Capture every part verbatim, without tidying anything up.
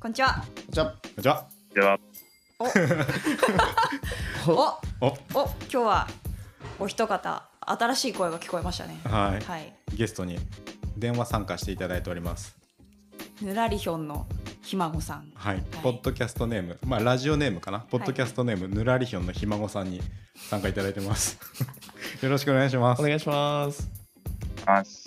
こんにちは。 じゃじゃあではおおおお今日はお一方新しい声が聞こえましたね。 はい、 はい。 ゲストに電話参加していただいております。 ぬらりひょんのひ孫さん。 はい、 はい、 ポッドキャストネーム、まあラジオネームかな、ポッドキャストネーム、はい、ぬらりひょんのひ孫さんに参加いただいてますよろしくお願いします。 お願いしますます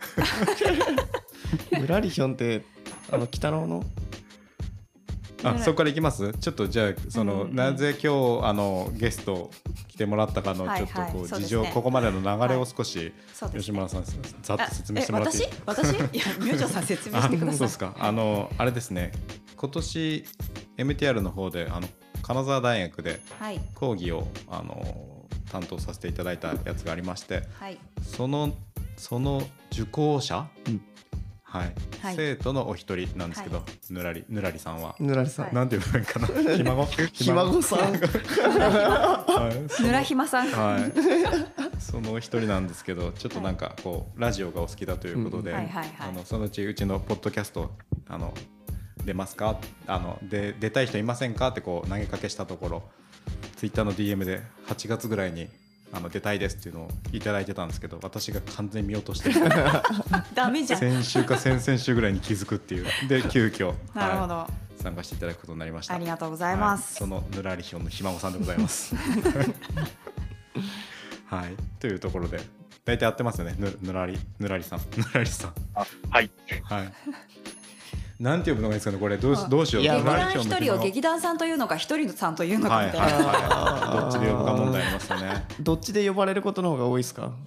ぬらりひょんってあの北野のあ、そこからいきます。ちょっとじゃあその、うんうん、なぜ今日あのゲスト来てもらったかのちょっとこう、はいはい、事情、ね、ここまでの流れを少し、はい、吉村さん、ざっと説明してもらっていい？ 私？私？いや、明星さん説明してください。 そうですか。あのあれですね。今年 エムティーアール の方であの金沢大学で講義を、はい、あの担当させていただいたやつがありまして、はい、そのその受講者。うんはいはい、生徒のお一人なんですけど、はい、ぬらりぬらりさんはぬらりさんなんていうのかなひ孫ひ孫さんはい、 ぬらひまさん、 はい、そのお一人なんですけどちょっとなんかこうラジオがお好きだということで、そのうちうちのポッドキャストあの出ますかあので出たい人いませんかってこう投げかけしたところツイッターの ディーエム ではちがつぐらいにあの出たいですっていうのをいただいてたんですけど、私が完全に見落としてダメじゃん。 先週か先々週ぐらいに気づくっていうで急遽なるほど、 はい、参加していただくことになりました。 ありがとうございます、 はい、そのぬらりひょんのひ孫さんでございますはいというところで大体合ってますよね。 ぬ, ぬらりぬらりさんぬらりさんあはいはいなんて呼ぶのがいいですかねこれ。どうし、どうしよう。 劇団一人を劇団さんというのか一人さんというのかみたいな、はいはいはい、どっちで呼ぶか問題ありますよね。 どっちで呼ばれることの方が多いですか？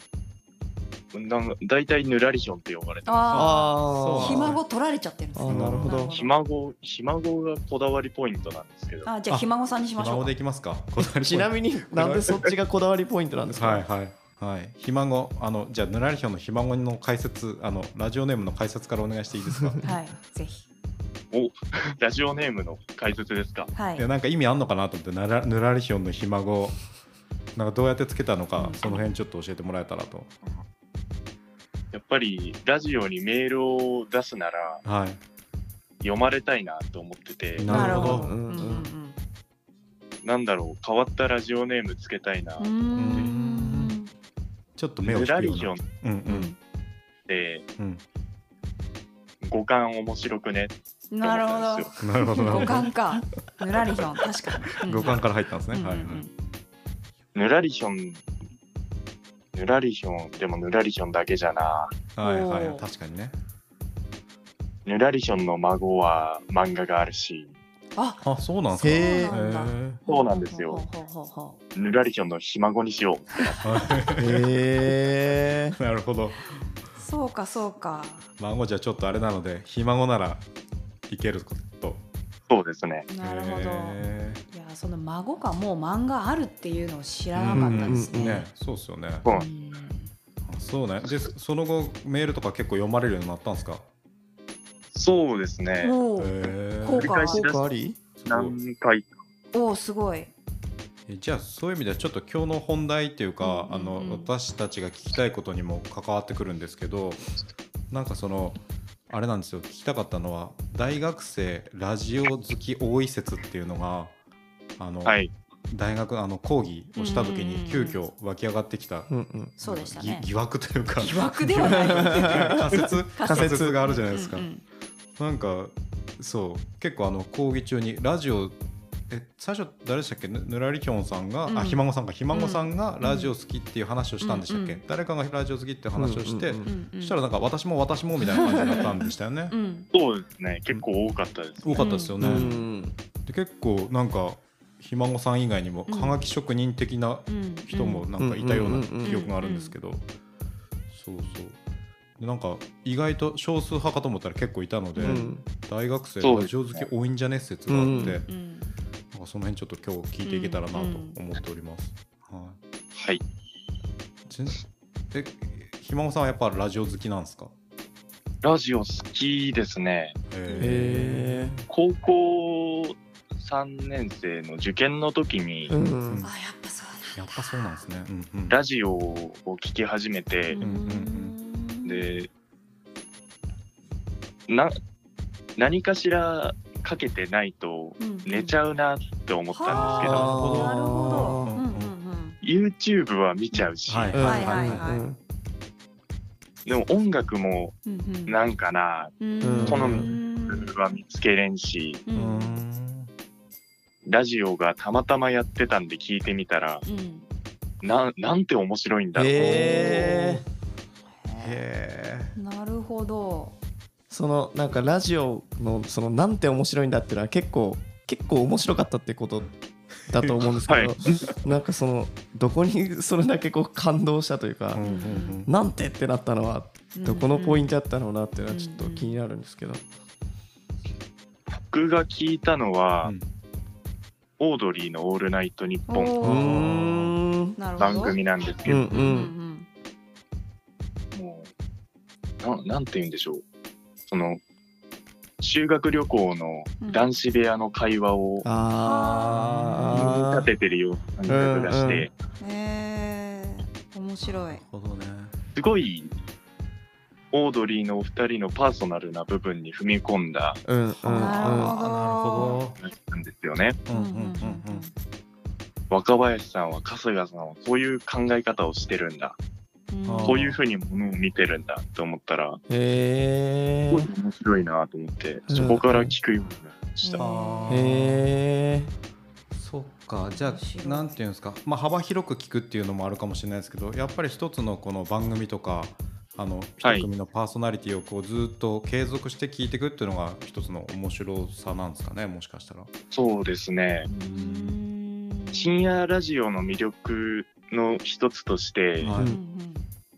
だいたいぬらりひょんって呼ばれてます。 ああ、ひ孫取られちゃってるんですね。 なるほど。 ひ孫ひ孫がこだわりポイントなんですけど。 あ、じゃあひ孫さんにしましょうか。 ひ孫でいきますか。 ちなみになんでそっちがこだわりポイントなんですか？ はいはいはい、ひ孫あのじゃあぬらりひょんのひ孫の解説、あのラジオネームの解説からお願いしていいですか？ はいぜひ。 おラジオネームの解説ですか？ はい。 いやなんか意味あんのかなと思って、ぬらぬらりひょんのひ孫なんかどうやってつけたのか、うん、その辺ちょっと教えてもらえたらと。 やっぱりラジオにメールを出すなら、はい、読まれたいなと思ってて。 なるほど。 うんうんうん、 なんだろう変わったラジオネームつけたいなと思って。 ちょっと目を引くような。ぬらりひょんで、うん、五感面白くね。 なるほど。 なるほど。 五感か。ぬらりひょん確かに。 五感から入ったんですね。はいはい。 ぬらりひょんぬらりひょんでもぬらりひょんだけじゃな。 はいはい確かにね。 ぬらりひょんの孫は漫画があるし。 ああそうなんですか。 そうなんですよ。ぬらりひょんのひ孫にしよう。 へえ。 なるほど。 そうかそうか。 孫じゃちょっとあれなのでひ孫ならいけると。 そうですね。 なるほど。いやその孫がもう漫画あるっていうのを知らなかったですね。うんうんうん、ねそうですよね。 うん、 あそうね。でその後メールとか結構読まれるようになったんですか？ そうですね。 繰り返しあり何回か。 おすごい。 じゃあそういう意味ではちょっと今日の本題っていうか、うんうんうん、あの私たちが聞きたいことにも関わってくるんですけど、なんかそのあれなんですよ、聞きたかったのは大学生ラジオ好き多い説っていうのがあの、はい、大学あの講義をした時に急遽湧き上がってきた、 うんうん、そうでしたね、 疑惑というか疑惑ではない仮説仮説があるじゃないですか、 うんうん、 なんかそう結構あの講義中にラジオえ最初誰でしたっけ、ぬらりひょんさんが、うん、あひ孫さんかひ孫さんがラジオ好きっていう話をしたんでしたっけ、うんうん、誰かがラジオ好きっていう話をして、うんうんうん、そしたらなんか私も私もみたいな感じになったんでしたよね、うん、 そうですね結構多かったです、ね、 多かったですよね、うん、で結構なんかひ孫さん以外にもはがき職人的な人もなんかいたような記憶があるんですけど、そうそうでなんか意外と少数派かと思ったら結構いたので、うん、大学生ラジオ好き多いんじゃね説があって、うんうんその辺ちょっと今日聞いていけたらなと思っております、 うんうん、はい、はい、 えひ孫さんはやっぱラジオ好きなんですか？ ラジオ好きですね。 へー高校さんねん生の受験の時に、うんうん、あやっぱそうやっぱそうなんですね、うんうん、 ラジオを聞き始めて、うんうんうん、でな何かしらかけてないと寝ちゃうなって思ったんですけど、 なるほど、うんうんうん、 YouTube は見ちゃうし、 はいはいはいはい、 でも音楽もなんかな、うん、好みは見つけれんし、うん、ラジオがたまたまやってたんで聞いてみたら、うん、な, なんて面白いんだろう。 へー、なるほど。 そのなんかラジオのそのなんて面白いんだっていうのは結構結構面白かったってことだと思うんですけど、はい、なんかそのどこにそれだけこう感動したというか、うんうんうん、なんてってなったのはどこのポイントだったのかなっていうのはちょっと気になるんですけど、 僕が聞いたのは、うん、オードリーのオールナイトニッポン番組なんですけど、うんうん、もう な, なんて言うんでしょう、その修学旅行の男子部屋の会話を立ててるような感覚がして、 うんうん、へー、面白い。 すごいオードリーのお二人のパーソナルな部分に踏み込んだ、 うんうん、 なんですよね。若林さんは春日さんはこういう考え方をしてるんだ、こういう風にものを見てるんだと思ったら、 へー、すごい面白いなと思って、そこから聞くようになりました。 へー、そっか。じゃあなんていうんですか、まあ、幅広く聞くっていうのもあるかもしれないですけど、やっぱり一つのこの番組とかあの一組のパーソナリティをこうずっと継続して聞いていくっていうのが一つの面白さなんですかね、もしかしたら。 そうですね。深夜ラジオの魅力の一つとして、はい、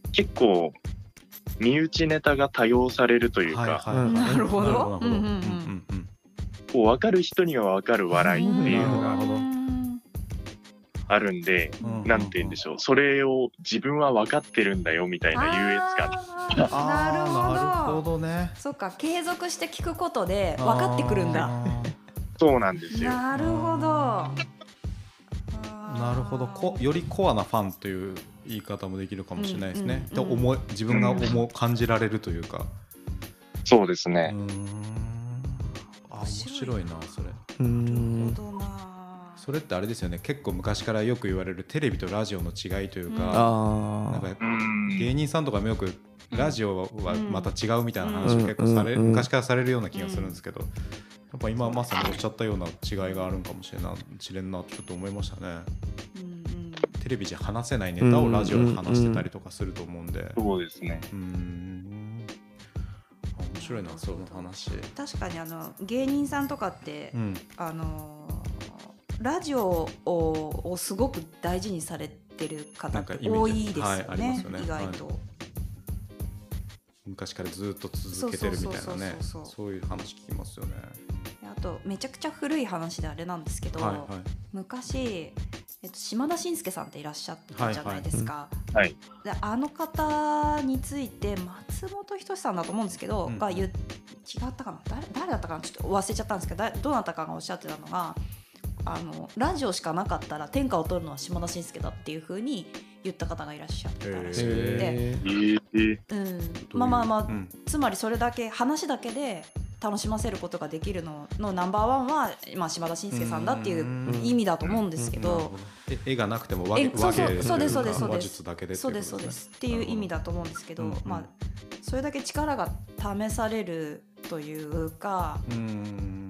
結構身内ネタが多用されるというか、はいはいはい、 なるほど。 こう分かる人には分かる笑いっていうのがあるんで、なんて言うんでしょう、それを自分は分かってるんだよみたいな優越感。 なるほど。 なるほどね。 そっか、継続して聞くことで分かってくるんだ。 そうなんですよ。 なるほど。 なるほど。こよりコアなファンという言い方もできるかもしれないですね。うんうんうん、と思い自分が思う、うん、感じられるというか。 そうですね。 うーん、あ、面白いなそれ。 うーん、なるほどな。 それってあれですよね。結構昔からよく言われるテレビとラジオの違いというか、うん、なんか芸人さんとかもよくラジオはまた違うみたいな話を結構され、うん、昔からされるような気がするんですけど。うん、やっぱ今まさにおっしゃったような違いがあるんかもしれなしれんなとちょっと思いましたね。うんうん、テレビじゃ話せないネタをラジオで話してたりとかすると思うんで。 そうですね。 うーん、面白いなその話。 確かにあの芸人さんとかって、うん、あのラジオを、をすごく大事にされてる方って多いですよね。はい、ありますよね。意外と。はい、 昔からずっと続けてるみたいなね、そういう話聞きますよね。 あとめちゃくちゃ古い話であれなんですけど、はいはい、昔、えっと、島田紳介さんっていらっしゃったじゃないですか、 はいはい、 であの方について松本人志さんだと思うんですけど、うん、が言違ったかな 誰, 誰だったかなちょっと忘れちゃったんですけど、どなたかがおっしゃってたのが、あのラジオしかなかったら天下を取るのは島田紳介だっていう風に言った方がいらっしゃったらしくて、うん、まあまあまあ、うん、つまりそれだけ話だけで楽しませることができるののナンバーワンは、まあ、島田紳介さんだっていう意味だと思うんですけど、 絵がなくても話術だけでそうですそうですっていう意味だと思うんですけど、まあ、それだけ力が試されるというか、うん、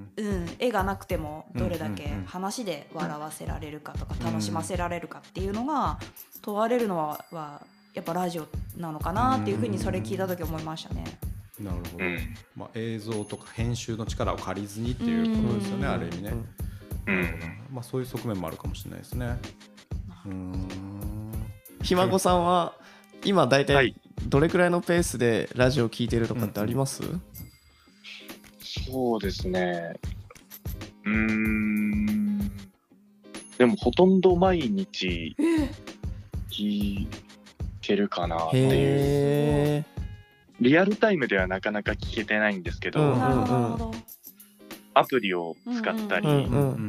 うん、絵がなくてもどれだけ話で笑わせられるかとか楽しませられるかっていうのが問われるのは、はやっぱラジオなのかなっていうふうにそれ聞いた時思いましたね。 なるほど、まあ、映像とか編集の力を借りずにっていうことですよね、ある意味ね。なるほど、まあ、そういう側面もあるかもしれないですね。うーん、 ひ孫さんは今だいたいどれくらいのペースでラジオ聞いてるとかってあります？うんうん、 そうですね、うーん、でもほとんど毎日聞いてるかなっていう。リアルタイムではなかなか聞けてないんですけど、うんうんうん、アプリを使ったり、うんうん、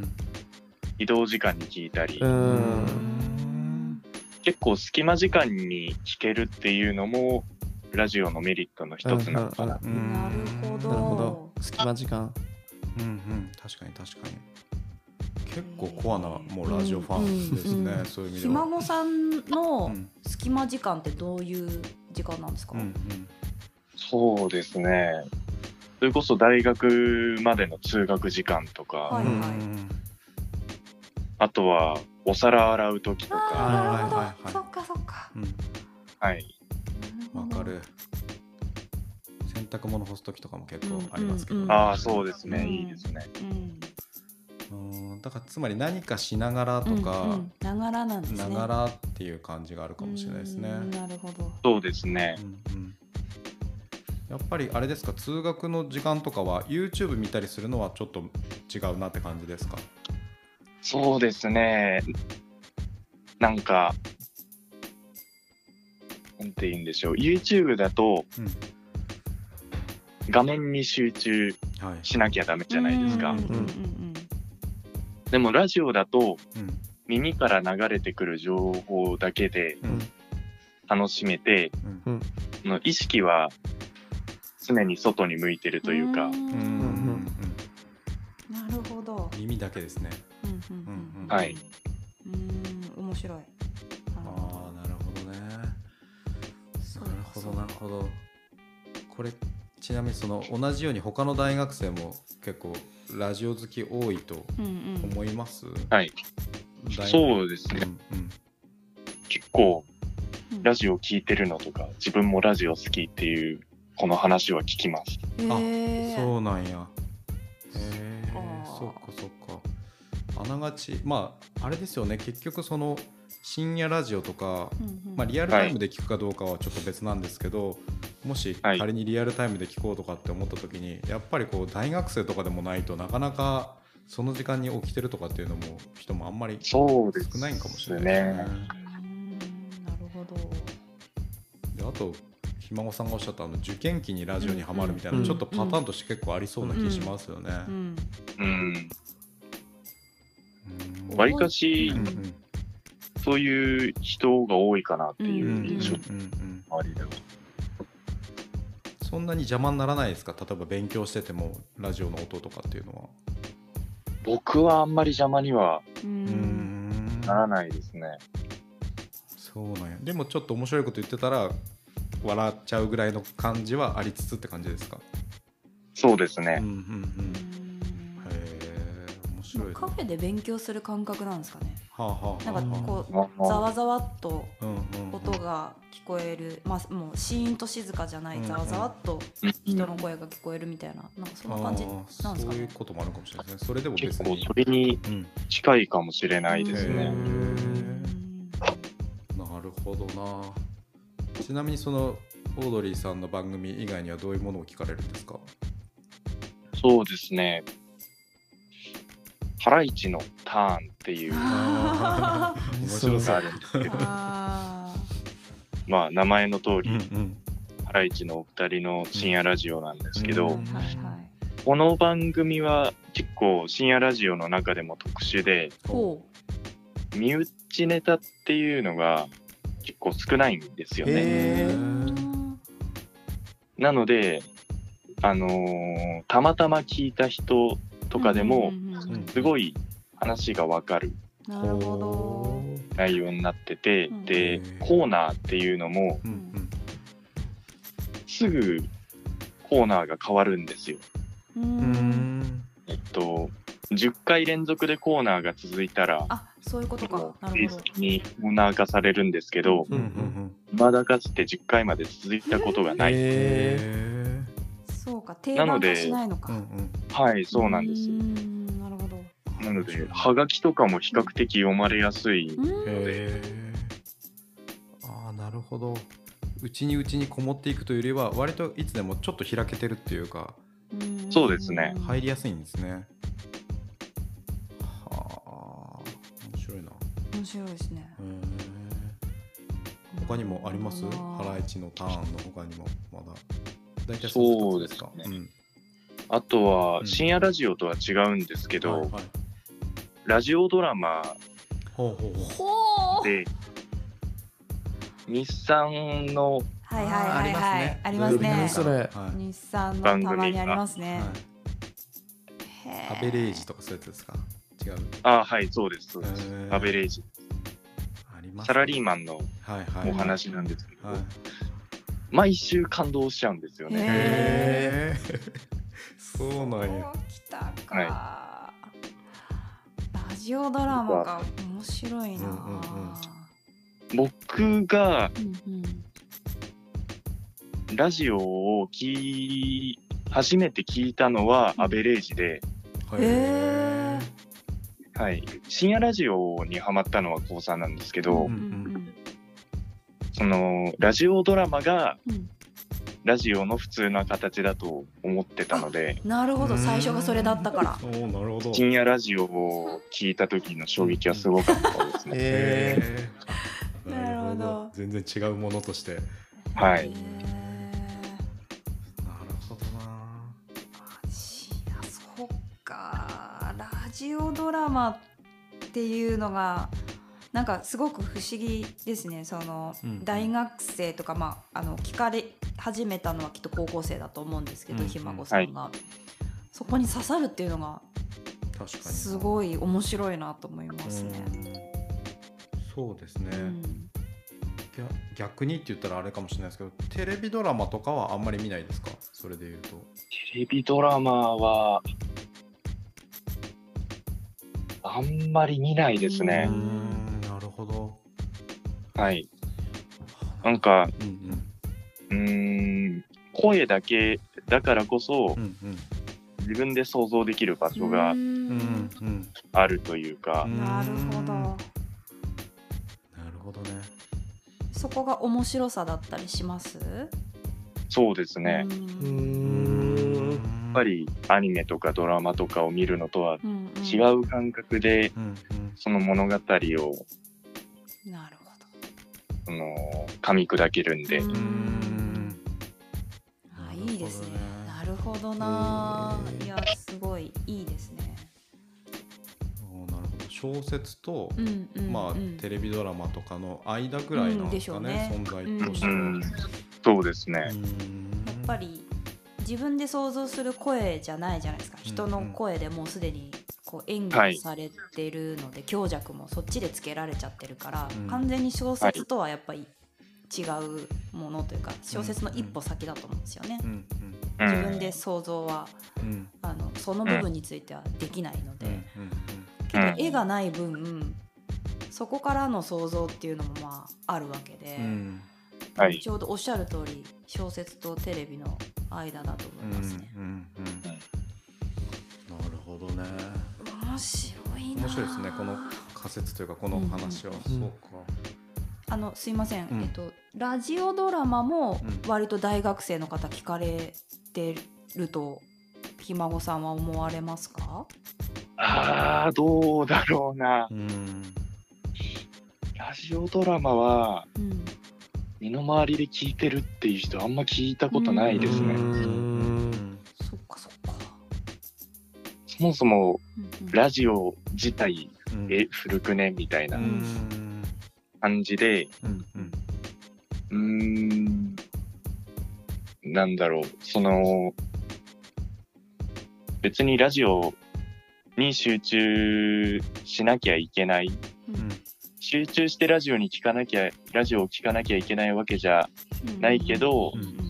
移動時間に聞いたり、うん、結構隙間時間に聞けるっていうのもラジオのメリットの一つなのかな。 うんうんうんなるほど。 なるほど。隙間時間。 うんうん確かに確かに結構コアなもうラジオファンですね、 うんうんそういう意味では。 ひ孫さんのうん隙間時間ってどういう時間なんですか？ うんうんそうですね。それこそ大学までの通学時間とか、 はいうんはいあとはお皿洗う時とあか、 ーなるほど、 はいはいはいはいそっかそっか。 うんはい。 わかる。洗濯物干す時とかも結構ありますけど、 うんうんああ、そうですね、 うんいいですね。 うんうんだからつまり何かしながらとか、 うんうんながらなんですね。 ながらっていう感じがあるかもしれないですね。 うんなるほど。 そうですねう。んうんやっぱりあれですか、通学の時間とかは YouTube 見たりするのはちょっと違うなって感じですか？ そうですね。なんか、なんて言うんでしょう。YouTube だとうん画面に集中はいしなきゃダメじゃないですかうん。うんうんでもラジオだとうん耳から流れてくる情報だけでうん楽しめて、 うんその意識は常に外に向いてるというかん、 うんうんなるほど。 耳だけですね。 うんうんうんうんはい。 うん面白い。なるあほあなるほどね。 どなるほどなるほど。これちなみにその同じように他の大学生も結構ラジオ好き多いとうんうん思います？ はい。 大そうですね。 うんうん結構うんラジオ聞いてるのとか、自分もラジオ好きっていうこの話は聞きます。 へーそうなんや。へえそっかそっかそっか。あながちまああれですよね、結局その深夜ラジオとか、 うんうんまあ、リアルタイムで聞くかどうかはちょっと別なんですけど、もしはい仮にリアルタイムで聞こうとかって思った時に、やっぱりこう大学生とかでもないとなかなかその時間に起きてるとかっていうのも人もあんまり少そうですないんかもしれないですね。 うんなるほど。 であとひ孫さんがおっしゃったあの受験期にラジオにはまるみたいな、 うんちょっとパターンとして結構ありそうな気しますよね。 うんうん。 うんわりかしうんうんそういう人が多いかなっていうんうんう印象、 うんうん周りでは。 そんなに邪魔にならないですか？例えば勉強しててもラジオの音とかっていうのは。 僕はあんまり邪魔にはううんんならないですね。 そうなんや。でもちょっと面白いこと言ってたら笑っちゃうぐらいの感じはありつつって感じですか？ そうですね。 うんうんうんへえ面白いな。 カフェで勉強する感覚なんですかね。 はあはあはあなんかこあうざわざわっとうんうんうん音が聞こえる、まあもうシーンと静かじゃないうんざわざわっと人の声が聞こえるみたいな、なんかそんな感じなんですかあーそういうね。 こともあるかもしれないですね。それでも別結構にそれにうん近いかもしれないですへね。 ーなるほどな。ちなみにそのオードリーさんの番組以外にはどういうものを聞かれるんですか？ そうですね。ハライチのターンっていうのあー面白そうがあ。るんですけど、 あまあ名前の通うんり、 うんハライチのお二人の深夜ラジオなんですけど、 うんーはいはい。 この番組は結構深夜ラジオの中でも特殊で、 ほ身内ネタっていうのが結構少ないんですよね。 へう。 ーなので、あのーたまたま聞いた人とかでもうんうんうんうんすごい話がわかるなるほど。 内容になってて、 うんでへーコーナーっていうのもうんうんすぐコーナーが変わるんですよ。 ううんんえっとじゅっかい連続でコーナーが続いたらあ、そういうことか。な正るほど。 式にコーナー化されるんですけど、 うんうんまだかつてじゅっかいまで続いたことがない。 へへえそうか、定番化しないのか。 うんうんはい、そうなんです。 んなるほど。 なので、はがきとかも比較的読まれやすい。 うんへえああなるほど。うちにうちにこもっていくというよりは割といつでもちょっと開けてるっていうかうんそうですね入りやすいんですね。はあ面白いな。 面白いですね。 へえ他にもあります？ なるほどハライチのターンの他にもまだ大体そうですか。 ねうんあとはう、ん深夜ラジオとは違うんですけど、 はいはいラジオドラマほうほうほうほう。 で、 日産のはいはいはいはいありますね。 何それ。 日産のた番組まにありますね。 はいへーアベレージとかそういうやつですか？違う。 あはいそうですそうです、 へーアベレージありますねサラリーマンのはいはいお話なんですけど、 はい。 毎週感動しちゃうんですよね。 へへーそうなんや。 そうきたか、ラジオドラマが面白いな、 うんうんうん僕がうんうんラジオを聞い初めて聞いたのはアベレージで、 へはい、深夜ラジオにハマったのは高さんなんですけど、 うんうんそのラジオドラマがうんラジオの普通な形だと思ってたので、 なるほど、最初がそれだったから。 おーなるほど。 深夜ラジオを聞いた時の衝撃はすごかったですね。 えへーなるほど全然違うものとして。 はいへーなるほどな。 いやそっか、ラジオドラマっていうのがなんかすごく不思議ですね。その、 うん大学生とか、まあ、あの聞かれ始めたのはきっと高校生だと思うんですけど、 うんひ孫さんが、そこに刺さるっていうのが確かに。 すごい面白いなと思いますね。 うんそうですね、 うん逆逆にって言ったらあれかもしれないですけど、テレビドラマとかはあんまり見ないですか？それで言うと。 テレビドラマはあんまり見ないですねう。んなるほど。 はい。なんかうんうーん声だけだからこそうんうんうん自分で想像できる場所がうんうんうんあるというか、 なるほど。 なるほどね。 そこが面白さだったりします？ そうですね。 うんー、うーんやっぱりアニメとかドラマとかを見るのとはうんうん違う感覚でうんうんその物語をなるほその噛み砕けるんで、 ど。 ううんんあ、いいですね。 ななるほどな。 へーいや、すごいいいですね。 おーなるほど。小説と、 うんうんうん、 まあテレビドラマとかの間ぐらいなんですかね、 うんでしょうね存在としては。 うん、そうですね。 やっぱり自分で想像する声じゃないじゃないですか。人の声でもうすでにこう演技されてるので、強弱もそっちでつけられちゃってるから、 うん完全に小説とはやっぱり違うものというか、小説の一歩先だと思うんですよね。 うんうん自分で想像はうんうんあのその部分についてはできないので、 うんうんけど絵がない分そこからの想像っていうのもまああるわけで、 うんはい。 ちょうどおっしゃる通り小説とテレビの間だと思いますね。 うんうんうんなるほどね。 面白いな。 面白いですね、この仮説というかこの話は。 うんそうか。 あのすいません、 うんえっとラジオドラマもうん割と大学生の方聞かれてるとひ孫さんは思われますか？ ああ、どうだろうな。 うんラジオドラマはうん身の回りで聞いてるっていう人あんま聞いたことないですね。 うーうんんそっかそっか。 そもそもうんうんラジオ自体うんえ古くねみたいなうん感じで、 うんうんうーん、なんだろう、その、別にラジオに集中しなきゃいけない、 うん集中してラジオに聞かなきゃ、ラジオを聞かなきゃいけないわけじゃないけど、 うんうん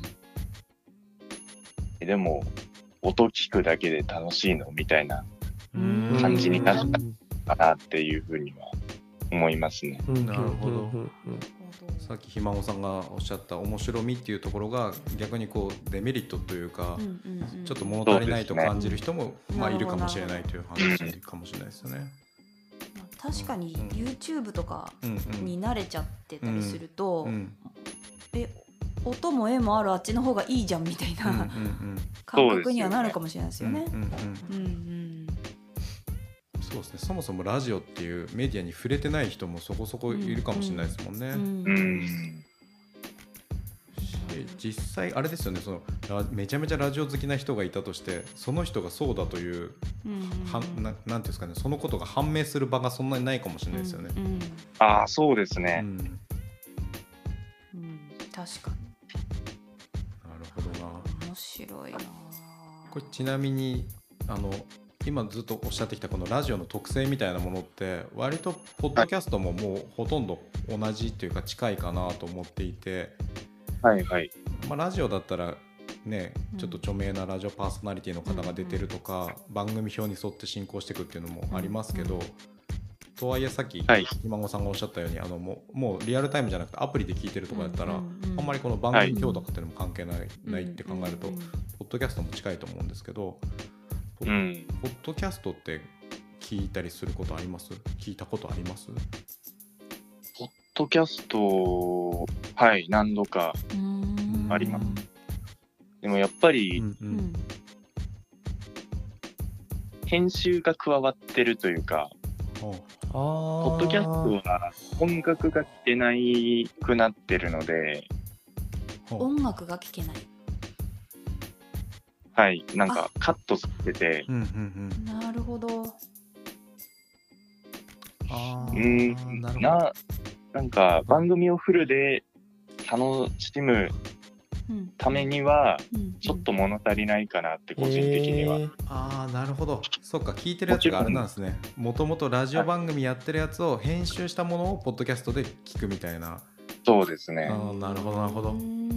でも、音聞くだけで楽しいのみたいなうん感じになったかなっていうふうには思いますね。 うんなるほどうんうんさっきひ孫さんがおっしゃった面白みっていうところが逆にこうデメリットというか、 うんうんうんちょっと物足りないとそうですね感じる人も、まあ、 ないるほどるかもしれないという話かもしれないですよね。 まあ確かにうん YouTube とかうんうんに慣れちゃってたりすると、 うんえ音も絵もあるあっちの方がいいじゃんみたいうんうんな感覚にはなるかもしれないですよね。 うんうんうんうんうんそうですね。そもそもラジオっていうメディアに触れてない人もそこそこいるかもしれないですもんね。 うんうん。 で実際あれですよね、そのラめちゃめちゃラジオ好きな人がいたとしてその人がそうだという、 うんはななんていうんですかね、そのことが判明する場がそんなにないかもしれないですよね。 うんうんああ、そうですね。 うん確かに。 なるほどな。 面白いな。 これちなみにあの今ずっとおっしゃってきたこのラジオの特性みたいなものって割とポッドキャストももうほとんど同じというか近いかなと思っていて、 はいはい。 まあ、ラジオだったらねちょっと著名なラジオパーソナリティの方が出てるとか、うん、番組表に沿って進行していくっていうのもありますけど、うん、とはいえさっきひ孫さんがおっしゃったようにあのもう、もうリアルタイムじゃなくてアプリで聞いてるとかやったら、うんうんうん、あんまりこの番組表とかっていうのも関係ない、はい、ないって考えると、うんうんうん、ポッドキャストも近いと思うんですけど、ポッ、うん、ポッドキャストって聞いたりすることあります？聞いたことあります？ ポッドキャスト、はい、何度かあります。でもやっぱり、うんうん、編集が加わってるというか、あポッドキャストは音楽が聴けないくなってるので、 音楽が聴けない。 はい、なんかカットされてて、 うんうんうん、なるほど。 あうんなるほどな、なんか番組をフルで楽しむためにはちょっと物足りないかなって個人的には、うんうん、 ああなるほど。そっか、聞いてるやつがあれなんですね。もともとラジオ番組やってるやつを編集したものをポッドキャストで聞くみたいな。 そうですね。 あなるほどなるほど。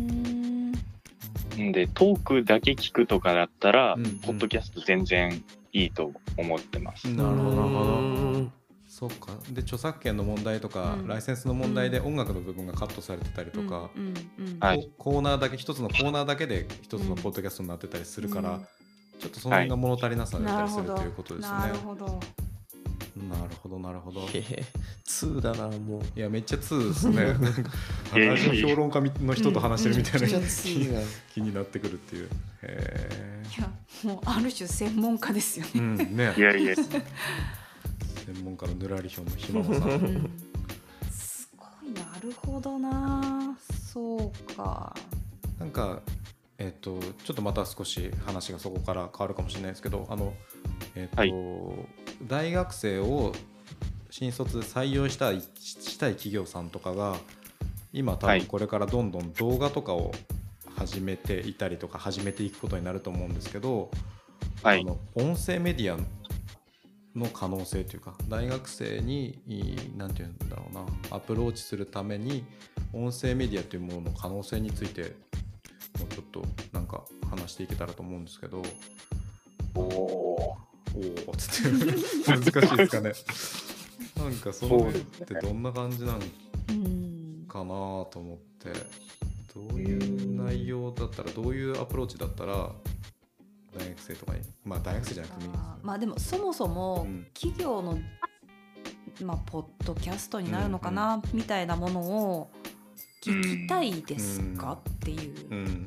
でトークだけ聞くとかだったら、うんうん、ポッドキャスト全然いいと思ってます。 なるほどなるほど。そっか。で著作権の問題とか、うん、ライセンスの問題で音楽の部分がカットされてたりとか、うんうんうん、コーナーだけ一つのコーナーだけで一つのポッドキャストになってたりするから、うん、ちょっとその辺が物足りなさだったりする、はい、ということですね。 なるほどなるほどなるほど。 へへツーだなもう。 いやめっちゃツーですね。ラジオ評論家の人と話してるみたいな、うんうん、気になってくるっていう。へいやもうある種専門家ですよね。 うんね。 いやいや。 専門家のぬらりひょんのひまもさん、うん、 すごいなるほどな。そうか。 なんかえっとちょっとまた少し話がそこから変わるかもしれないですけど、あのえっと、はい、大学生を新卒で採用したいしたい企業さんとかが今多分これからどんどん動画とかを始めていたりとか始めていくことになると思うんですけど、はい、あの音声メディアの可能性というか、大学生に何て言うんだろうな、アプローチするために音声メディアというものの可能性についてもうちょっとなんか話していけたらと思うんですけど。 おおおつって難しいですかね。なんかそのってどんな感じなのかなと思って、どういう内容だったら、どういうアプローチだったら大学生とかに、まあ大学生じゃなくてもいいです、ね、 まあでもそもそも企業の、うん、まあポッドキャストになるのかな、うんうん、みたいなものを聞きたいですか、うん、っていう、うんうんうん、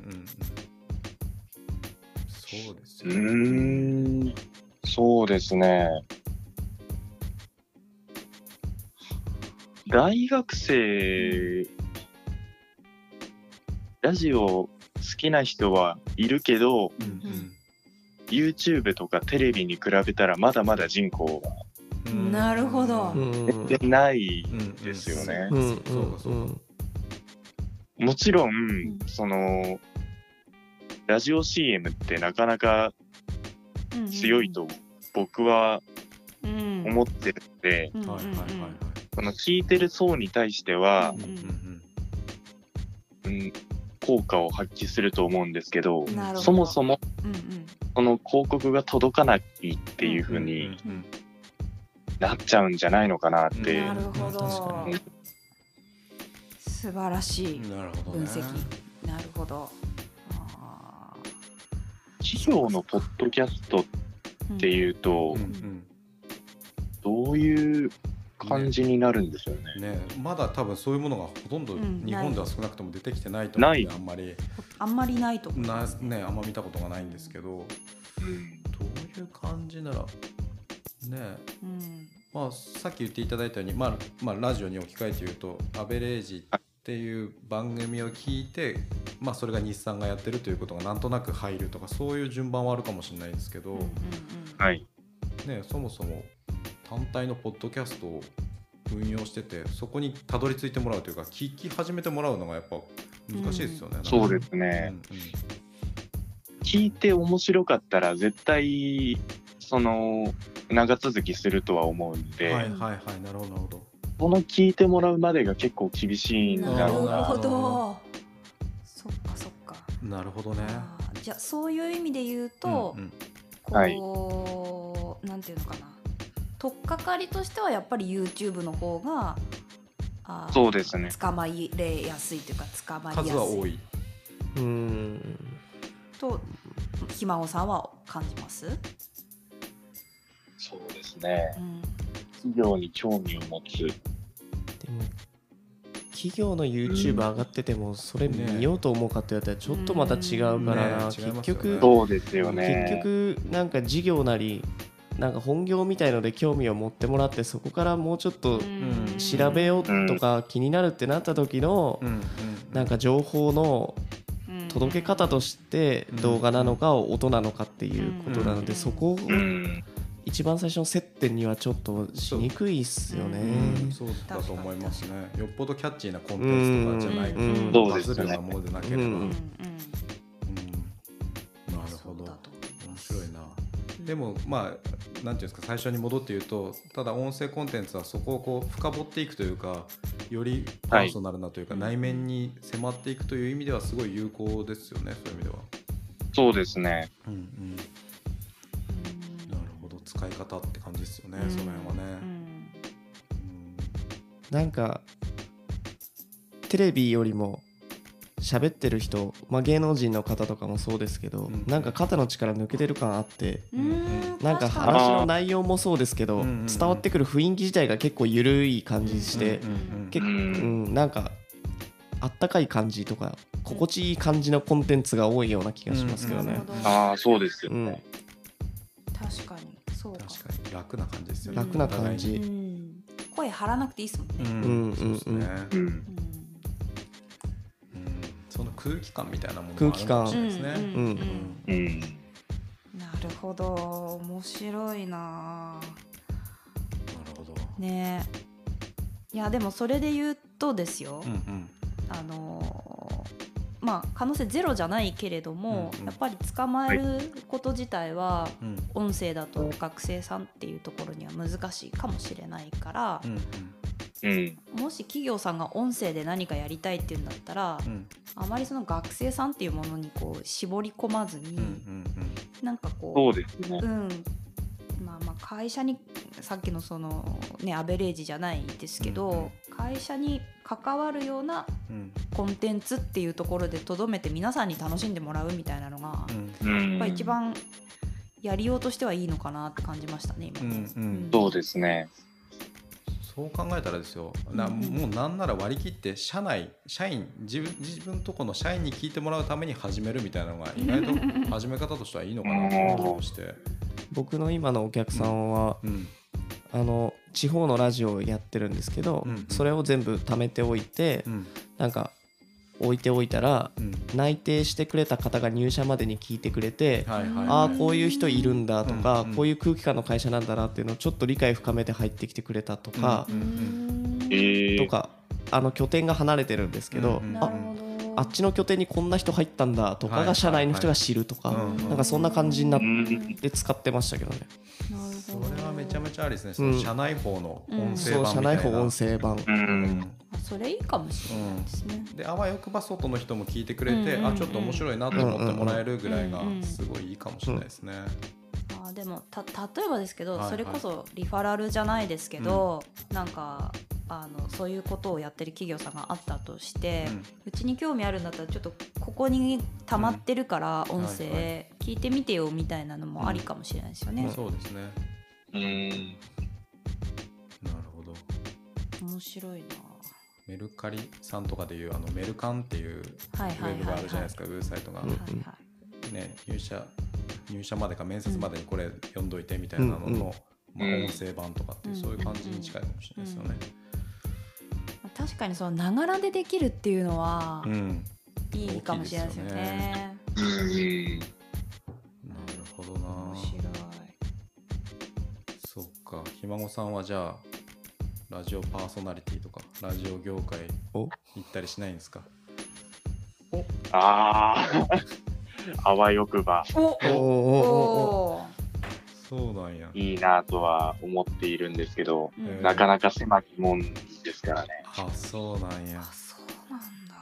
そうですよね。 うーんそうですね。大学生、ラジオ好きな人はいるけど、うんうん、YouTube とかテレビに比べたらまだまだ人口はなるほど全然ないですよね。もちろん、うん、そのラジオ シーエム ってなかなか強いと僕は思ってるんで、その聞いてる層に対しては、うんうん、効果を発揮すると思うんですけど、そもそも、うんうん、その広告が届かないっていう風になっちゃうんじゃないのかなって。 なるほど。素晴らしい分析。なるほど。 企業のポッドキャストっていうと、うんうん、どういう感じになるんですよね。 ね、まだ多分そういうものがほとんど日本では少なくとも出てきてないと思うので、あんまりあんまりないと思いますね, ねあんま見たことがないんですけど、うん、どういう感じならね、うんまあ、さっき言っていただいたように、まあまあ、ラジオに置き換えて言うとアベレージっていう番組を聞いて、まあ、それが日産がやってるということがなんとなく入るとか、そういう順番はあるかもしれないですけど、うんうんうんはいね、そもそも単体のポッドキャスト運用してて、そこにたどり着いてもらうというか聞き始めてもらうのがやっぱ難しいですよね、うん、 そうですね、 うんうん、 聞いて面白かったら絶対その長続きするとは思うんで、 はいはいはい、なるほどなるほど。 この聞いてもらうまでが結構厳しいんだろうな。 なるほど。そっかそっか。 なるほどね。 じゃあそういう意味で言うと、 うんうん、 こう、はい、なんていうのかな、取っかかりとしてはやっぱり YouTube の方があそうですね、 捕まれやすいというか捕まりやすい数は多い。 うーんとひまおさんは感じます？ そうですね、 うん、 企業に興味を持つ。でも企業の YouTube 上がっててもそれ見ようと思うかって言われたらちょっとまた違うからな、 ね、 結局そうですよね、 結局なんか事業なりなんか本業みたいので興味を持ってもらって、そこからもうちょっと調べようとか気になるってなった時のなんか情報の届け方として動画なのか音なのかっていうことなので、そこを一番最初の接点にはちょっとしにくいっすよね。 うん、そうだと思いますね。よっぽどキャッチーなコンテンツとかじゃないと、バズるようなものでなければ、うんうん、なるほど、面白いな。でもまあなんていうんですか、最初に戻って言うと、ただ音声コンテンツはそこをこう深掘っていくというか、よりパーソナルなというか、はい、内面に迫っていくという意味ではすごい有効ですよね、そういう意味では。そうですね、うんうん、使い方って感じですよね、うん、その辺はね、うん、 なんかテレビよりも喋ってる人、まあ、芸能人の方とかもそうですけど、うん、なんか肩の力抜けてる感あって、うん、なんか話の内容もそうですけど、伝わってくる雰囲気自体が結構緩い感じして、結構、うん、なんかあったかい感じとか心地いい感じのコンテンツが多いような気がしますけどね、 うんうん、ああそうですよね、うん、 確かにそうか、 確かに楽な感じですよね、 楽な感じ、 うん、声張らなくていいですもんね、 うんうん、そうですね、うんうん、その空気感みたいなものもあるかもしれないですね、うんうんうん、 なるほど、面白いな。なるほどね。いやでもそれで言うとですよ、うんうん、あのー、まあ可能性ゼロじゃないけれども、うんうん、やっぱり捕まえること自体は音声だと学生さんっていうところには難しいかもしれないから、うんうん、もし企業さんが音声で何かやりたいっていうんだったら、うん、あまりその学生さんっていうものにこう絞り込まずに、うんうんうん、なんかこう、 そうですね、 うん、まあまあ会社にさっきのそのねアベレージじゃないですけど、うんうん、会社に関わるようなコンテンツっていうところでとどめて皆さんに楽しんでもらうみたいなのが、うん、やっぱり一番やりようとしてはいいのかなって感じましたね今ね、 うんうん、そうですね。 そう考えたらですよ、なもうなんなら割り切って社内社員自分自分とこの社員に聞いてもらうために始めるみたいなのが意外と始め方としてはいいのかなと思いまして僕の今のお客さんは、うんうん、あの地方のラジオをやってるんですけど、うんうん、それを全部貯めておいて、うん、なんか置いておいたら、うん、内定してくれた方が入社までに聞いてくれて、はいはいはい、ああこういう人いるんだとか、うんうん、こういう空気感の会社なんだなっていうのをちょっと理解深めて入ってきてくれたとか、うんうんうん、とかあの拠点が離れてるんですけど、うんうん、あ, あっちの拠点にこんな人入ったんだとかが社内の人が知るとか、はいはいはい、なんかそんな感じになって使ってましたけどね。 それはめちゃめちゃありですね、その社内法の音声版みたいな、うん、そう社内法音声版、うん、 それいいかもしれないですね、 うん、であわよくば外の人も聞いてくれて、うんうんうん、あちょっと面白いなと思ってもらえるぐらいがすごいいいかもしれないですね、 うんうん、あでもた例えばですけど、はいはい、それこそリファラルじゃないですけど、うん、なんかあのそういうことをやってる企業さんがあったとして、うん、うちに興味あるんだったらちょっとここに溜まってるから音声聞いてみてよみたいなのもありかもしれないですよね、 うんうん、そうですね、うん、なるほど、 面白いな。 メルカリさんとかでいうあのメルカンっていうウェブがあるじゃないですか、ウェブサイトが、はいはいね、入社入社までか面接までにこれ読んどいてみたいなのの、うんうんまあ、音声版とかっていう、うん、そういう感じに近いかもしれないですよね、 うん、確かにそのながらでできるっていうのは、うん、いいかもしれないですよね、うん、なるほどな。面白い。そっか、ひ孫さんはじゃあラジオパーソナリティとかラジオ業界お行ったりしないんですか？ ああ、あわよくばおおおおおそうなんや。 いいなとは思っているんですけど、 ー、うんえーなかなか狭きもんですからね。 あ、そうなんや。 あ、そうなんだ。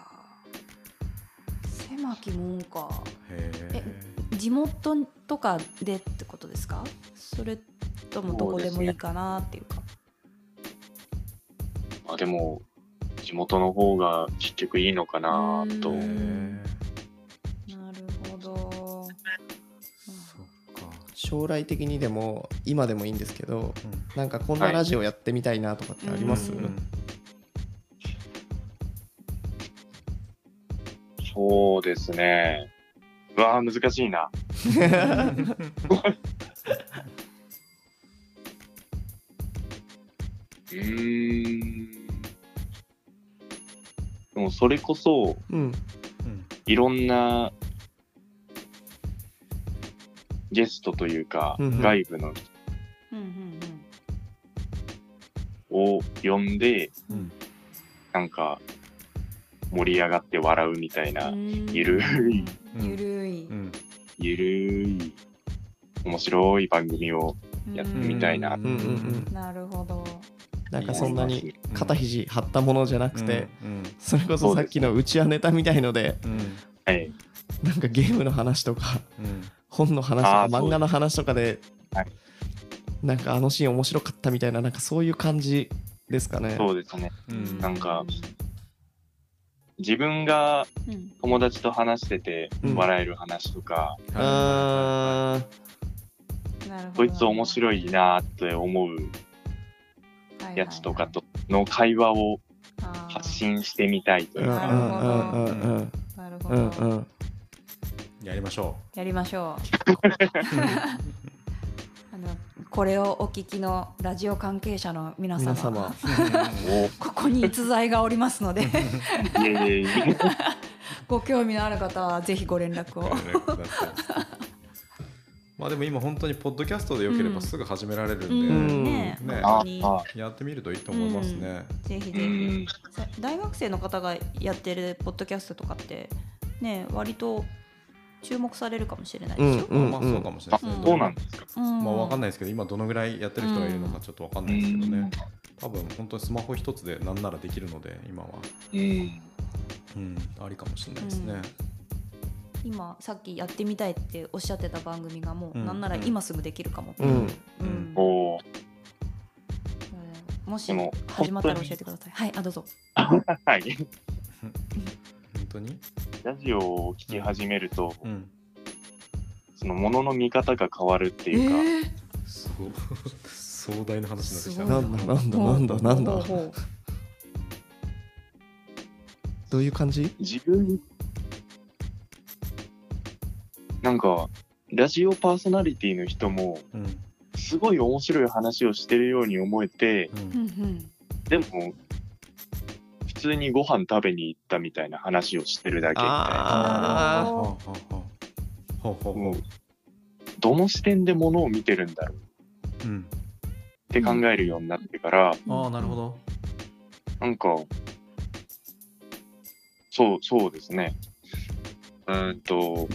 狭き門か。 へえ。 地元とかでってことですか？それともどこでもいいかなっていうか。 まあでも地元の方が結局いいのかなとうへんえ。 なるほど。 そっか。 将来的にでも今でもいいんですけど、 うんなんかこんなラジオやってみたいなとかってあります？ うんそうですね。うわー難しいな。うーん。でもそれこそうんうんいろんなゲストというか、 うんうん外部の人うんうんを呼んでうんなんか盛り上がって笑うみたいな、 うん。 ゆるいゆるい。 うんゆるい面白い番組をやってみたいな。 うんうんうんなるほど。 なんかそんなにうん肩肘張ったものじゃなくて、 うんそれこそさっきのうちわネタみたいのでうんはい。 なんかゲームの話とかうん本の話とかあーそう漫画の話とかではいなんかあのシーン面白かったみたいななんかそういう感じですかね。 そうですね。 うんなんか自分がうん友達と話しててうん笑える話とか、 あなるほど。 こいつ面白いなって思うやつとかとの会話を発信してみたいとーうんいうか、 うんうんうんうんなるほど。 うんうんやりましょやりましょう。あのこれをお聞きのラジオ関係者の皆様、 皆様う。 おここに逸材がおりますのでいえいえいえご興味のある方はぜひご連絡を。 連絡くださいまあでも今本当にポッドキャストでよければすぐ始められるんで、 うんねえねあ本当にあやってみるといいと思いますね。 ぜひぜうひんさ大学生の方がやってるポッドキャストとかってね割と注目されるかもしれないですよ。 うんまあそうかもしれないあですね。 そうなんですか。 うんまあわかんないですけど今どのぐらいやってる人がいるのかちょっとわかんないですけどね。多分本当にスマホ一つでなんならできるので今は、 うんうん、ありかもしれないですね。 今さっきやってみたいっておっしゃってた番組がもう、 うんなんなら今すぐできるかもって、 うんうんおーもしでも始まったら教えてください。はい、あどうぞ。 はい。 本当に？ ラジオを聞き始めると、 うん。 そのものの見方が変わるっていうか、 すごい壮大な話になってきた。 すごいなんだなんだなんだなんだほうほうほうどういう感じ？ 自分なんかラジオパーソナリティの人もうんすごい面白い話をしてるように思えて、 うんうんうんでも普通にご飯食べに行ったみたいな話をしてるだけみたいな。 あほうほうほうほうほうほもうどの視点でものを見てるんだろうう。うん。 って考えるようになってから、 ああなるほど。 なんかそうそうですね。うーんとうんなる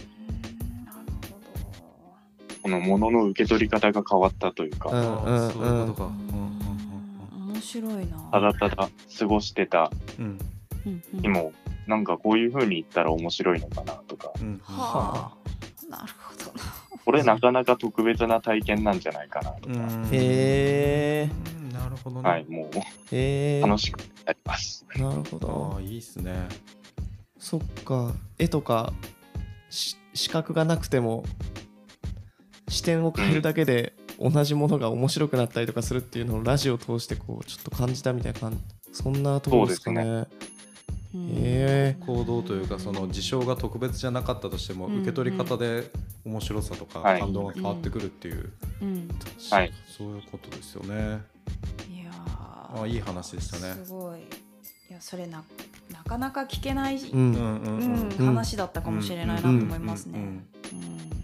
このものの受け取り方が変わったというか、 うんああそういうことか。 ほど。うん面白いな。 ただただ過ごしてたうんうんうん日も、なんかこういう風に言ったら面白いのかなとか、 うん。 はあ。なるほどな。 これなかなか特別な体験なんじゃないかなとか、 うん。 ーへうんなるほどね。 はい、もうーへー楽しくやります。 なるほどああいいっすね。 そっか絵とかし視覚がなくても視点を変えるだけで同じものが面白くなったりとかするっていうのをラジオを通してこうちょっと感じたみたいな感じそんなところですかね。 うんへ行動というかその事象が特別じゃなかったとしてもうん受け取り方で面白さとかはい感動が変わってくるっていう、 うん。 はいそういうことですよね。 いやーああいい話でしたね。 すごい。いやそれななかなか聞けない、 ううんうんんうんうん。 話だったかもしれないなと思いますね。 うんうん面白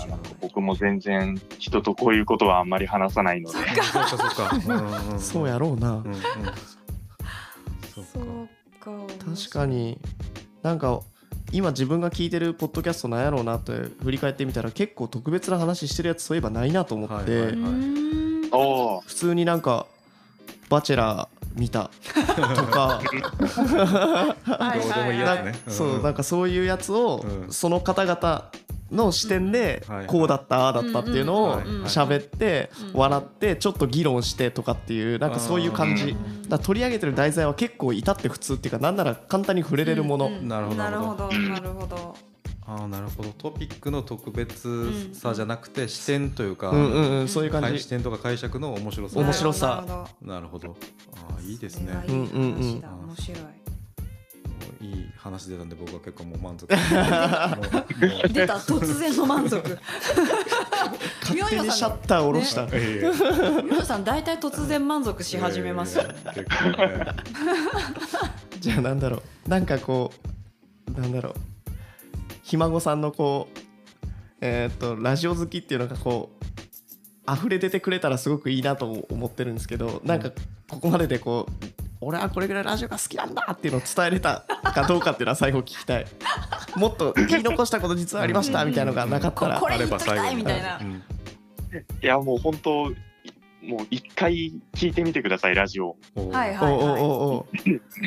なんか僕も全然人とこういうことはあんまり話さないので。 そうかそうか、うんうん、 そうやろうな、 うんうん、 そうか確かになんか今自分が聞いてるポッドキャストなんやろうなって振り返ってみたら結構特別な話してるやつそういえばないなと思って、はいはいはい、 お普通になんかバチェラー見たとかどうでもいいやつね、 そうなんかそういうやつをその方々の視点でこうだったああだったっていうのを喋って笑ってちょっと議論してとかっていうなんかそういう感じだ。取り上げてる題材は結構至って普通っていうかなんなら簡単に触れれるもの。 なるほどなるほどなるほど。 ああなるほど。トピックの特別さじゃなくて視点というか、 うんうんうん、そういう感じ。 視点とか解釈の面白さ。 面白さ。 なるほど。ああいいですね。 いい話だ。面白い。 いい話出たんで僕は結構もう満足。 出た突然の満足。 勝手にシャッター下ろした。 ね、みょうさん大体突然満足し始めますよね。 結構ね。 じゃあなんだろう。なんかこうなんだろう。ひ孫さんのこうえっとラジオ好きっていうのがこう溢れ出てくれたらすごくいいなと思ってるんですけど、なんかここまででこう俺はこれぐらいラジオが好きなんだっていうのを伝えれたかどうかっていうのは最後聞きたい。もっと言い残したこと実はありましたみたいなのがなかったらこれ言っときたいみたいな。 いやもう本当もう一回聞いてみてくださいラジオ。 はいはいはい。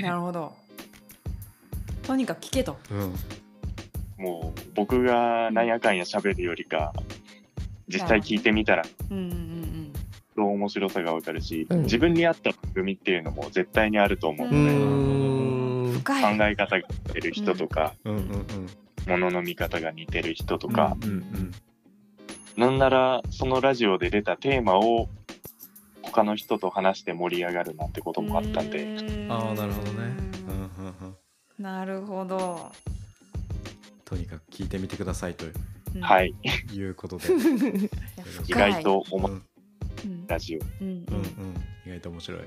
なるほど。とにかく聞けと。 うんもう僕がなんやかんや喋るよりか実際聞いてみたらどう面白さが分かるし、うん、自分に合った番組っていうのも絶対にあると思うので、考え方が似てる人とか、うんうんうん、物の見方が似てる人とか、うんうんうん、なんならそのラジオで出たテーマを他の人と話して盛り上がるなんてこともあったんで。 ああなるほどね、 うん、なるほど。 とにかく聞いてみてくださいという、 うん、はいいうことで意外と面白いラジオ、 うんうんうん、意外と面白い。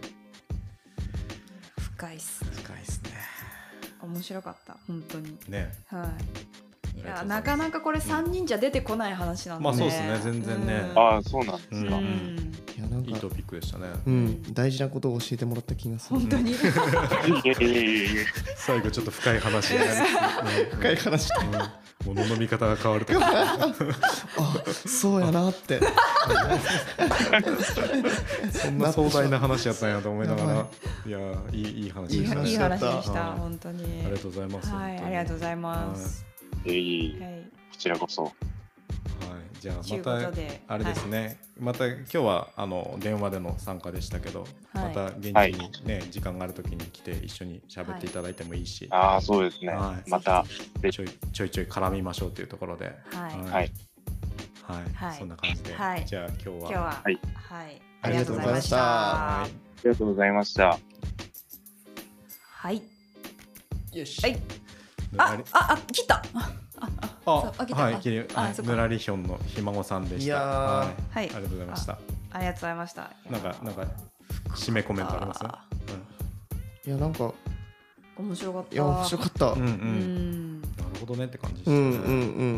深いっす深いっすね。 面白かった本当にね。 はい。いやなかなかこれさんにんじゃ出てこない話なんで、 まあそうですね全然ね、 うん、ああそうなんですか、うん、 いやなんかいいトピックでしたね、 うん、大事なことを教えてもらった気がする本当に最後ちょっと深い話になる深い話で、 うん、物の見方が変わるとかあそうやなってそんな壮大な話やったんやと思いながらいやいいいい話でしたいい話でした、はい、本当にありがとうございます。 はいありがとうございます、 はい、えーはい、こちらこそ。はいじゃあまたあれですね、はい、また今日はあの電話での参加でしたけど、はい、また現地にね、はい、時間があるときに来て一緒に喋っていただいてもいいし、 はい、ああそうですね、はい、またちょいちょいちょい絡みましょうというところで、 はいはい、はい、そんな感じで、はい、じゃあ今日は今日ははい、 はい、 ありがとうございました。 ありがとうございました。 はいよし、 はい、あああ切ったあ、はい、きれい、ぬらりひょんのひ孫さんでした。いやはい、 ありがとうございました。 ありがとうございました。 なんかなんか締めコメントあります？ いやなんか面白かった。 いや面白かった。 うんうん。なるほどねって感じですね。 うんうんうん。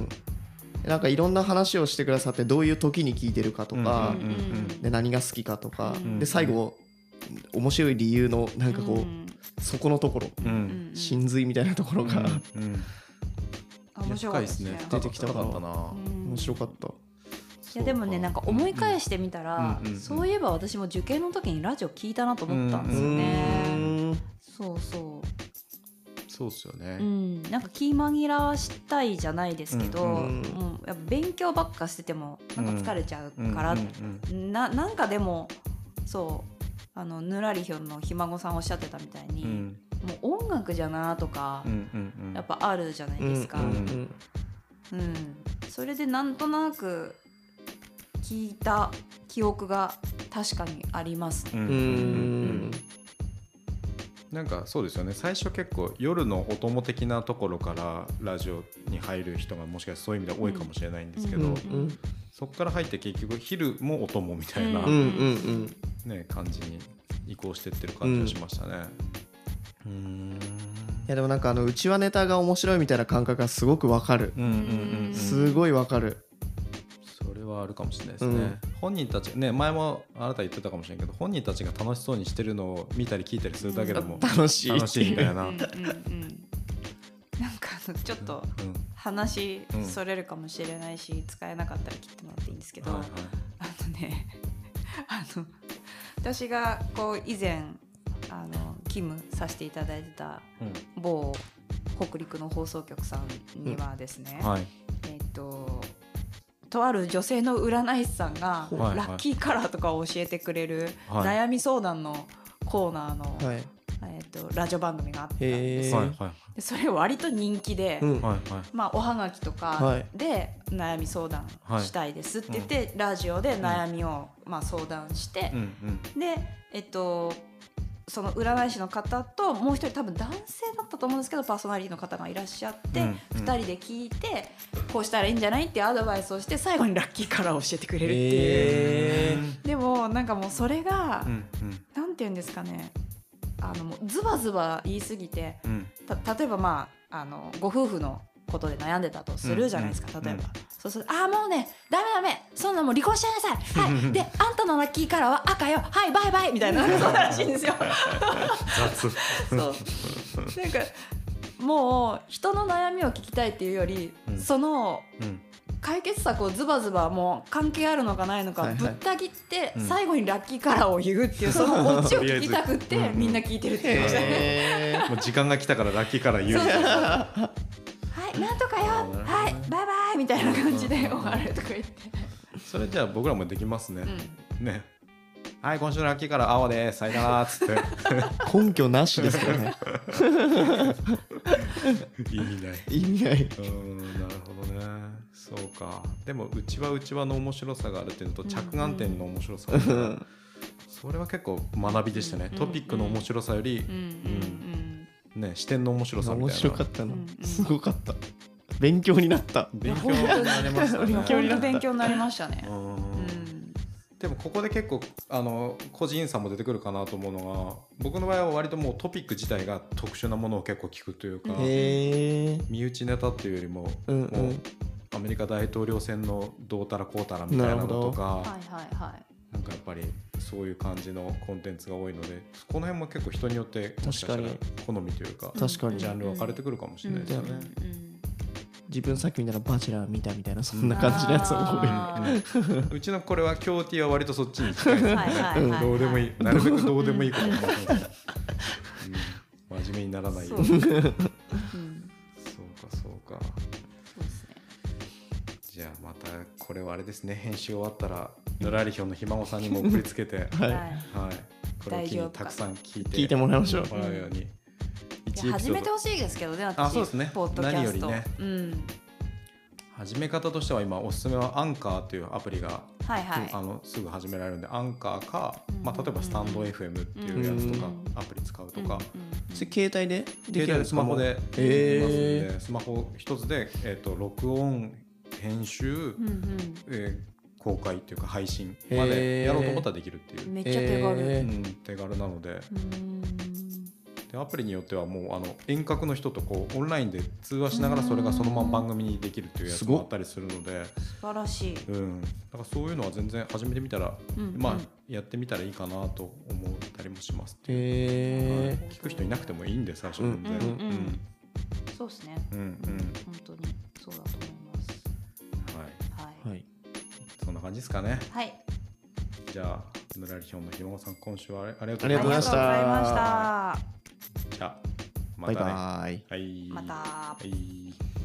なんかいろんな話をしてくださってどういう時に聞いてるかとか、で何が好きかとか、で最後面白い理由のなんかこうそこのところ、真髄みたいなところが。 面白かったですね。 出てきたかったな。面白かった。 いやでもねなんか思い返してみたら、そういえば私も受験の時にラジオ聞いたなと思ったんですよね。そうそう。 そうですよね。 うん、なんか気紛らわしたいじゃないですけど、もうやっぱ勉強ばっかしててもなんか疲れちゃうから、ななんかでもそうあのぬらりひょんのひ孫さんおっしゃってたみたいに。もう音楽じゃなとか、うんうんうん、やっぱあるじゃないですか、うんうんうん、それでなんとなく聞いた記憶が確かにありますね、うんうんうん、 なんかそうですよね。最初結構夜のお供的なところからラジオに入る人がもしかしてそういう意味では多いかもしれないんですけど、うんうんうん、そこから入って結局昼もお供みたいな、うんうんうんね、感じに移行してってる感じがしましたね、うんうーんいやでもなんかあのうちわネタが面白いみたいな感覚がすごくわかる、うんうんうんうん、すごいわかる。 それはあるかもしれないですね、 うん、 本人たちね、前もあなた言ってたかもしれないけど、本人たちが楽しそうにしてるのを見たり聞いたりするだけでも楽しい楽しいみたいな、 うんうんうん、なんかちょっと話それるかもしれないし、使えなかったら切ってもらっていいんですけど、はいはい、あのねあの私がこう以前あの勤務させていただいてた某北陸の放送局さんにはですね、うんはい、えっととある女性の占い師さんがラッキーカラーとかを教えてくれる悩み相談のコーナーの、はいえー、とラジオ番組があったんですよ。でそれ割と人気で、うんまあ、おはがきとかで悩み相談したいですって言って、はい、ラジオで悩みをまあ相談して、うんうん、でえっとその占い師の方ともう一人多分男性だったと思うんですけどパーソナリティの方がいらっしゃって、うんうん、ふたりで聞いてこうしたらいいんじゃないっていうアドバイスをして最後にラッキーカラーを教えてくれるっていう、えー、でもなんかもうそれが、うんうん、なんていうんですかねあのもうズバズバ言い過ぎて、うん、た例えばまああのご夫婦のことで悩んでたとするじゃないですか、うんうん、例えば、うん、そうするとああもうねダメダメそんなもう離婚しちゃいなさいはいであんたのラッキーカラーは赤よはいバイバイみたいなそうらしいんですよ雑そうなんかもう人の悩みを聞きたいっていうより、うん、その、うん解決策をズバズバもう関係あるのかないのかぶった切って最後にラッキーカラーを言うっていうそのオチを聞きたくってみんな聞いてるって言ってましたね。 もう時間が来たからラッキーカラー言うそうそうそうはいなんとかよはいバイバイみたいな感じで終わるとか言ってそれじゃあ僕らもできますね、うん、ねはい今週のラッキーカラー青ですさよならっつって根拠なしですからね意味ない意味ないうんなるほどねそうかでもうちはうちはの面白さがあるっていうのと着眼点の面白さがある、うん、それは結構学びでしたね、うん、トピックの面白さより、うんうんね、視点の面白さみたいな面白かったのすごかった勉強になった勉強になりましたね勉強に勉強になりましたねうんでもここで結構あの個人差も出てくるかなと思うのが僕の場合は割ともうトピック自体が特殊なものを結構聞くというか身内ネタっていうよりも、うんうん、もうアメリカ大統領選のどうたらこうたらみたいなのとかはいはいはいなんかやっぱりそういう感じのコンテンツが多いのでこの辺も結構人によってもしかしたら好みというか確かにジャンル分かれてくるかもしれないですよね、うんうんうん自分さっき見たらバチェラー見たみたいなそんな感じのやつも多い、 うん、うちのこれは京ティは割とそっちに近いですねどうでもいいなるべくどうでもいいことを思ってます、うん、真面目にならないようにそうかそうかそうですねじゃあまたこれはあれですね編集終わったらぬらりひょんのひ孫さんにも送りつけてはい、はい、これを機にたくさん聞いて聞いてもらいましょうもらうように始めてほしいですけどね私あそうですねポッドキャスト何よりね、うん、始め方としては今おすすめはアンカーというアプリが、はいはい、あのすぐ始められるんでアンカーか、うんまあ、例えばスタンド エフエム っていうやつとか、うん、アプリ使うとか、うんうん、 それ携帯で携帯でスマホでできますんでスマホ一つで、えー、と録音編集、うんうんえー、公開っていうか配信までやろうと思ったらできるっていうめっちゃ手軽、 うん、手軽なのでうんでアプリによってはもうあの遠隔の人とこうオンラインで通話しながらそれがそのまま番組にできるっていうやつもあったりするので素晴らしい、 うん、だからそういうのは全然始めてみたら、うんうん、まあやってみたらいいかなと思ったりもしますっていう、へー、聞く人いなくてもいいんで最初全然、うんうんうんうん、そうですね、うんうん、本当にそうだと思いますはい、はいはい、そんな感じですかねはいじゃあぬらりひょんのひ孫さん今週はありがとうございましたありがとうございましたじゃあまたねバイバイ、 はい、 また、 はい